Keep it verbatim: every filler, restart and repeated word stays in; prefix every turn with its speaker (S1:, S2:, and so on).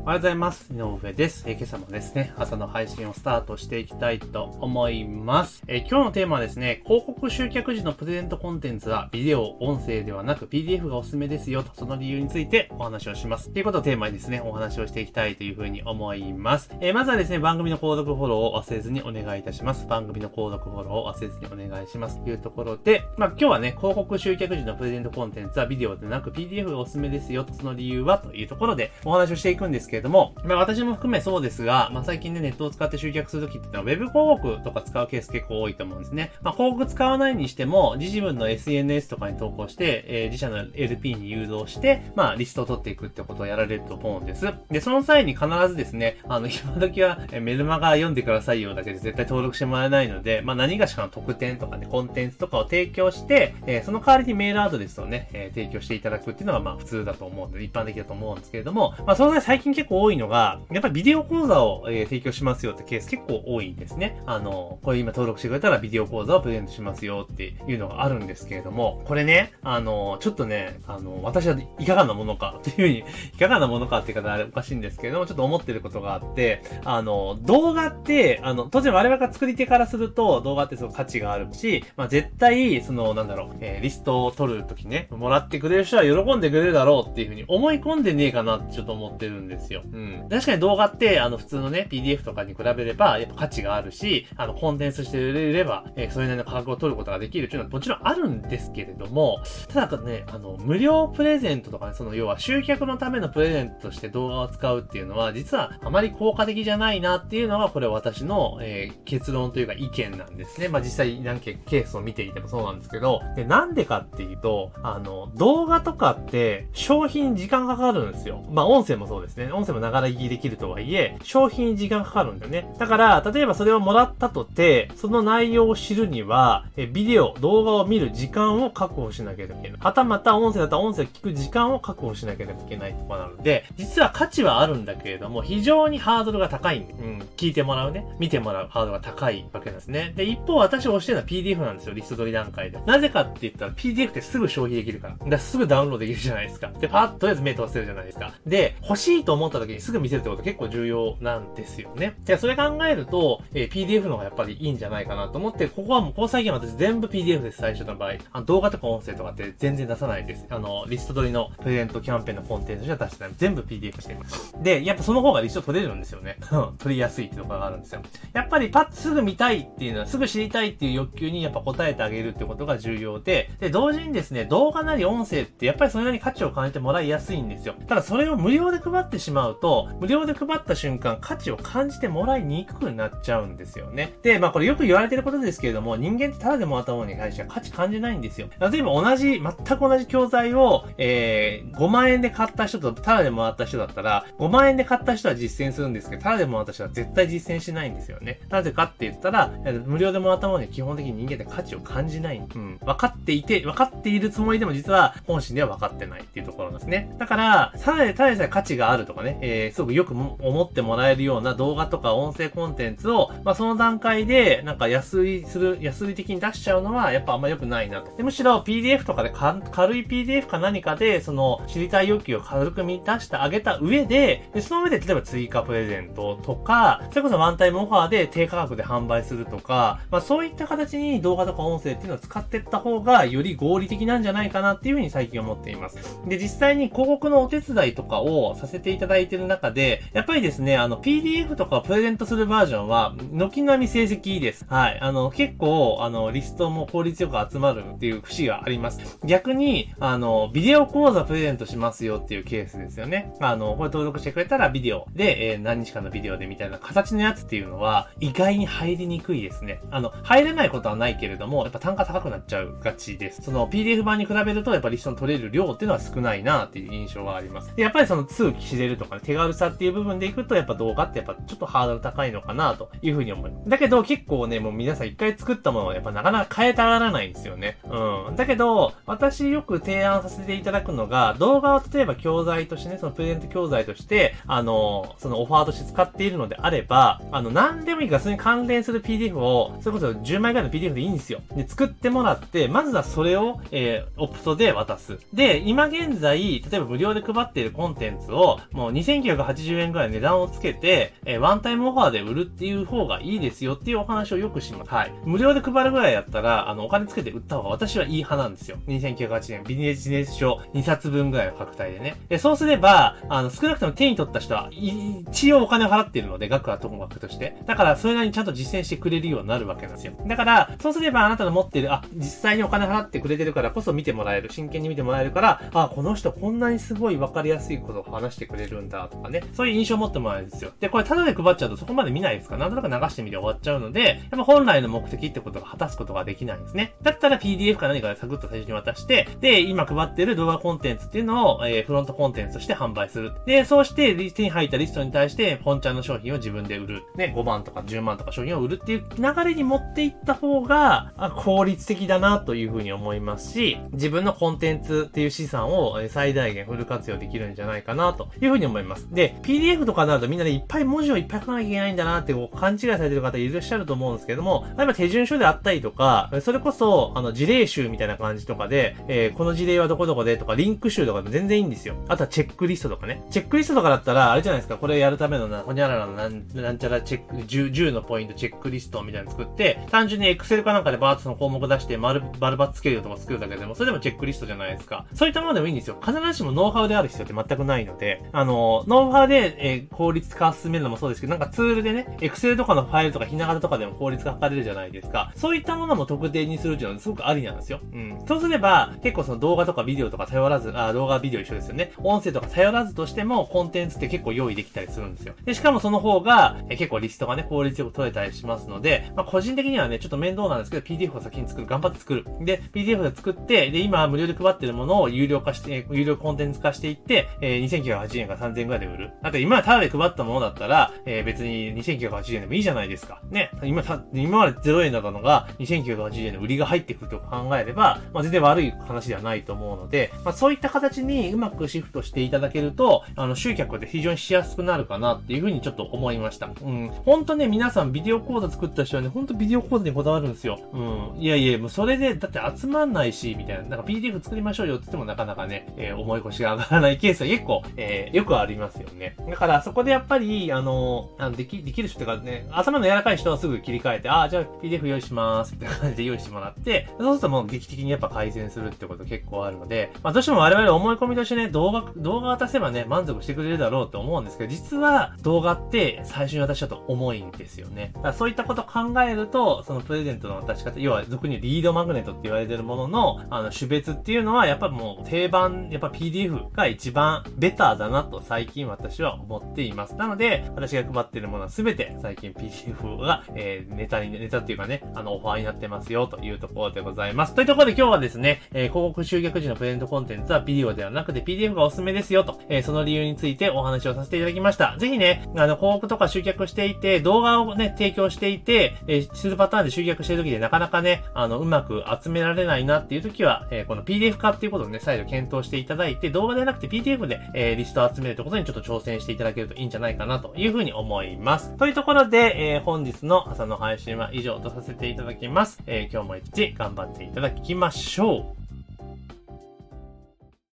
S1: おはようございます。井上です。えー、今朝もですね、朝の配信をスタートしていきたいと思います。えー、今日のテーマはですね、広告集客時のプレゼントコンテンツはビデオ、音声ではなく ピーディーエフ がおすすめですよと、その理由についてお話をします。ということをテーマにですね、お話をしていきたいというふうに思います。えー、まずはですね、番組の購読フォローを忘れずにお願いいたします。番組の購読フォローを忘れずにお願いします。というところで、まあ今日はね、広告集客時のプレゼントコンテンツはビデオでなく ピーディーエフ がおすすめですよと、その理由はというところでお話をしていくんですけれども、まあ私も含めそうですが、まあ最近ね、ネットを使って集客するときっていうのは、ウェブ広告とか使うケース結構多いと思うんですね。まあ広告使わないにしても、自分の エスエヌエス とかに投稿して、えー、自社の エルピー に誘導して、まあリストを取っていくってことをやられると思うんです。で、その際に必ずですね、あの、今時はメルマガ読んでくださいよだけで絶対登録してもらえないので、まあ何がしかの特典とかね、コンテンツとかを提供して、えー、その代わりにメールアドレスをね、えー、提供していただくっていうのがまあ普通だと思うんで、一般的だと思うんですけれども、まあその際最近結構多いのが、やっぱりビデオ講座を、えー、提供しますよってケース結構多いですね。あの、これ今登録してくれたらビデオ講座をプレゼントしますよっていうのがあるんですけれども、これね、あの、ちょっとね、あの、私はいかがなものかっていうふうに、いかがなものかっていう方はあれおかしいんですけれども、ちょっと思ってることがあって、あの、動画って、あの、当然我々が作り手からすると、動画ってすごく価値があるし、まあ、絶対、その、なんだろう、えー、リストを取るときね、もらってくれる人は喜んでくれるだろうっていうふうに思い込んでねえかなってちょっと思ってるんですよ。うん。確かに動画って、あの、普通のね、ピーディーエフ とかに比べれば、やっぱ価値があるし、あの、コンテンツして売れれば、えー、それなりの価格を取ることができるっていうのはもちろんあるんですけれども、ただね、あの、無料プレゼントとかね、その、要は集客のためのプレゼントとして動画を使うっていうのは、実はあまり効果的じゃないなっていうのが、これ私の、えー、結論というか意見なんですね。まあ、実際何件ケースを見ていてもそうなんですけど、で、なんでかっていうと、あの、動画とかって商品に時間かかるんですよ。まあ、音声もそうですね。音声もながら聞きできるとはいえ、商品に時間かかるんだよね。だから、例えばそれをもらったとて、その内容を知るには、え、ビデオ、動画を見る時間を確保しなければいけない。はたまた音声だったら音声を聞く時間を確保しなければいけないとかなので、実は価値はあるんだけれども、非常にハードルが高いんで、うん、聞いてもらうね、見てもらうハードルが高いわけなんですね。で、一方私が推してるのは ピーディーエフ なんですよ、リスト取り段階で。なぜかって言ったら ピーディーエフ ってすぐ消費できるから。だからすぐダウンロードできるじゃないですか。で、パッととりあえず目通せるじゃないですか。で、欲しいと思った時にすぐ見せるってこと結構重要なんですよね。で、それ考えると、えー、ピーディーエフ の方がやっぱりいいんじゃないかなと思って、ここはもう、この最近は私全部 ピーディーエフ です、最初の場合。あの動画とか音声とかって全然出さないです。あの、リスト取りのプレゼントキャンペーンのコンテンツじゃ出してない。全部 ピーディーエフ してます。で、やっぱその方がリスト取れるんですよね。取りやすいっていうところがあるんですよ。やっぱりパッとすぐ見たいっていうのは、すぐ知りたいっていう欲求にやっぱ応えてあげるってことが重要で、で、同時にですね、動画なり音声ってやっぱりそれなりに価値を感じてもらいやすいんですよ。ただそれを無料で配ってしまうと、無料で配った瞬間価値を感じてもらいにくくなっちゃうんですよね。で、まあこれよく言われてることですけれども、人間ってただでもらったものに対しては価値感じないんですよ。例えば同じ、全く同じ教材を、えー、ごまん円で買った人とただでもらった人だったら、ごまん円で買った人は実践するんですけど、ただでもらった人は絶対実践しないんですよね。なぜかって言ったら、無料でもらったものに基本的に人間って価値を感じない。うん。分かっていて、分かっているつもりでも実は本心では分かってないっていうところなんですね。だから、ただでただでさえ価値があるとかね、えー、すごくよく思ってもらえるような動画とか音声コンテンツを、まあその段階で、なんか安売りする、安売り的に出しちゃうのは、やっぱあんま良くないなと。でむしろ ピーディーエフ とかでか軽い ピーディーエフ か何かで、その知りたい欲求を軽く満たしてあげた上で、でその上で例えば追加プレゼントとか、それこそワンタイムオファーで低価格で販売するとか、まあそういった形に動画とか音声っていうのを使っていった方が、より合理的なんじゃないかなっていうふうに最近思っています。で、実際に広告のお手伝いとかをさせていただいている中で、やっぱりですね、あの ピーディーエフ とかをプレゼントするバージョンは、軒並み成績いいです。はい。あの、結構、あの、リストも効率よく集まるっていう節があります。逆に、あの、ビデオ講座プレゼントしますよっていうケースですよね。あの、これ登録してくれたらビデオで、えー、何日かのビデオでみたいな形のやつっていうのは、意外に入りにくいですね。あの、入れないことはないけれども、やっぱ単価高くなっちゃうがちです。その ピーディーエフ 版に比べると、やっぱリストの取れる量っていうのは少ないなっていう印象があります。で、やっぱりそのすぐ知れるとかね、手軽さっていう部分でいくと、やっぱ動画ってやっぱちょっとハードル高いのかなというふうに思います。だけど結構ね、もう皆さん一回作ったものをやっぱなかなか変えたがらないんですよね。うん。だけど、私よく提案させていただくのが、動画を例えば教材としてね、そのプレゼント教材として、あの、そのオファーとして使っているのであれば、あの、何でもいいからそれに関連する ピーディーエフ を、それこそじゅうまいぐらいの ピーディーエフ でいいんですよ。で、作ってもらって、まずはそれを、えー、オプトで渡す。で、今現在、例えば無料で配っているコンテンツを、もうにせんきゅうひゃくはちじゅうえんぐらい値段をつけて、えー、ワンタイムオファーで売るっていう方がいいですよっていうお話をよくします。はい。無料で配るぐらいやったら、あの、お金つけて売った方が私はいい派なんですよ。にせんきゅうひゃくはちじゅうえん、ビジネス書にさつぶんぐらいの価格帯でね。で、そうすれば、あの、少なくとも手に取った人は、一応お金を払っているので、額はともかくとして。だから、それなりにちゃんと実践してくれるようになるわけなんですよ。だから、そうすればあなたの持っている、あ、実際にお金払ってくれてるからこそ見てもらえる、真剣に見てもらえるから、あ、この人こんなにすごいわかりやすいことを話してくれるんだとかね。そういう印象を持ってもらえるんですよ。で、これタダで配っちゃうとそこまで見ないですから、なんとなく流してみて終わっちゃうので、やっぱ本来の目的ってことが果たすことができないんですね。だったら ピーディーエフ か何かでサクッと最初に渡して、で、今配ってる動画コンテンツっていうのを、えー、フロントコンテンツとして販売する。で、そうして手に入ったリストに対して、本ちゃんの商品を自分で売る。ね、ごまんとかじゅうまんとか商品を売るっていう流れに持っていった方が、効率的だなというふうに思いますし、自分のコンテンツっていう資産を最大限フル活用できるんじゃないかなというふうに思います。で、ピーディーエフ とかになるとみんなでいっぱい文字をいっぱい書かなきゃいけないんだなってこう勘違いされてる方いらっしゃると思うんですけども、例えば手順書であったりとか、それこそ、あの、事例集みたいな感じとかで、えー、この事例はどこどこでとか、リンク集とかで全然いいんですよ。あとはチェックリストとかね。チェックリストとかだったら、あれじゃないですか、これやるためのな、ほにゃららのなん、なんちゃらチェック、じゅう、じゅうのポイントチェックリストみたいなの作って、単純に Excel かなんかでバーッとその項目出して、丸、バルバつけるとか作るだけでも、それでもチェックリストじゃないですか。そういったものでもいいんですよ。必ずしもノウハウである必要って全くないので、あの、ノウハウで、えー、効率化を進めるのもそうですけど、なんかツールでね、Excel とかのファイルとかひな形とかでも効率化図れるじゃないですか。そういったものも特定にするっていうのはすごくありなんですよ。うん。そうすれば、結構その動画とかビデオとか頼らず、あ、動画ビデオ一緒ですよね。音声とか頼らずとしても、コンテンツって結構用意できたりするんですよ。で、しかもその方が、え結構リストがね、効率よく取れたりしますので、まあ個人的にはね、ちょっと面倒なんですけど、ピーディーエフ を先に作る。頑張って作る。で、ピーディーエフ で作って、で、今無料で配ってるものを有料化して、有料コンテンツ化していって、えー、にせんきゅうひゃくはちじゅうえんからさんぜんえんぐらいで売る。だって今はタダで配ったものだったら、えー、別ににせんきゅうひゃくはちじゅうえんでもいいじゃないですか。ね。今た、今までゼロえんだったのがにせんきゅうひゃくはちじゅうえんの売りが入ってくると考えれば、まあ、全然悪い話ではないと思うので、まあ、そういった形にうまくシフトしていただけると、あの、集客で非常にしやすくなるかなっていうふうにちょっと思いました。うん。ほんとね、皆さんビデオ講座作った人はね、ほんとビデオ講座にこだわるんですよ。うん。いやいや、もうそれで、だって集まんないし、みたいな。なんか ピーディーエフ 作りましょうよって言ってもなかなかね、えー、重い腰が上がらないケースは結構、えー、よくありますよね。だからそこでやっぱり、あの、あのでき、できる人とかね、頭の柔らかい人はすぐ切り替えて、ああ、じゃあ ピーディーエフ 用意しますって感じで用意してもらって、そうするともう劇的にやっぱ改善するってこと結構あるので、まあどうしても我々思い込みとしてね、動画、動画渡せばね、満足してくれるだろうと思うんですけど、実は動画って最初に渡しちゃうと重いんですよね。だからそういったことを考えると、そのプレゼントの渡し方、要は俗にリードマグネットって言われてるものの、あの、種別っていうのはやっぱもう定番、やっぱ ピーディーエフ が一番ベターだなと最近私は思っています。なので、私が配っているものはすべて最近 ピーディーエフ が、えー、ネタに、ネタっていうかね、あの、オファーになってますよというところでございます。というところで今日はですね、えー、広告集客時のプレゼントコンテンツはビデオではなくて ピーディーエフ がおすすめですよと、えー、その理由についてお話をさせていただきました。ぜひね、あの、広告とか集客していて、動画をね、提供していて、えー、するパターンで集客している時でなかなかね、あの、うまく集められないなっていう時は、えー、この ピーディーエフ 化っていうことをね、再度検討していただいて、動画ではなくて ピーディーエフ で、えー、リストを集めるってことにちょっと挑戦していただけるといいんじゃないかなというふうに思います。というところで、えー、本日の朝の配信は以上とさせていただきます。えー、今日も一日頑張っていただきましょう。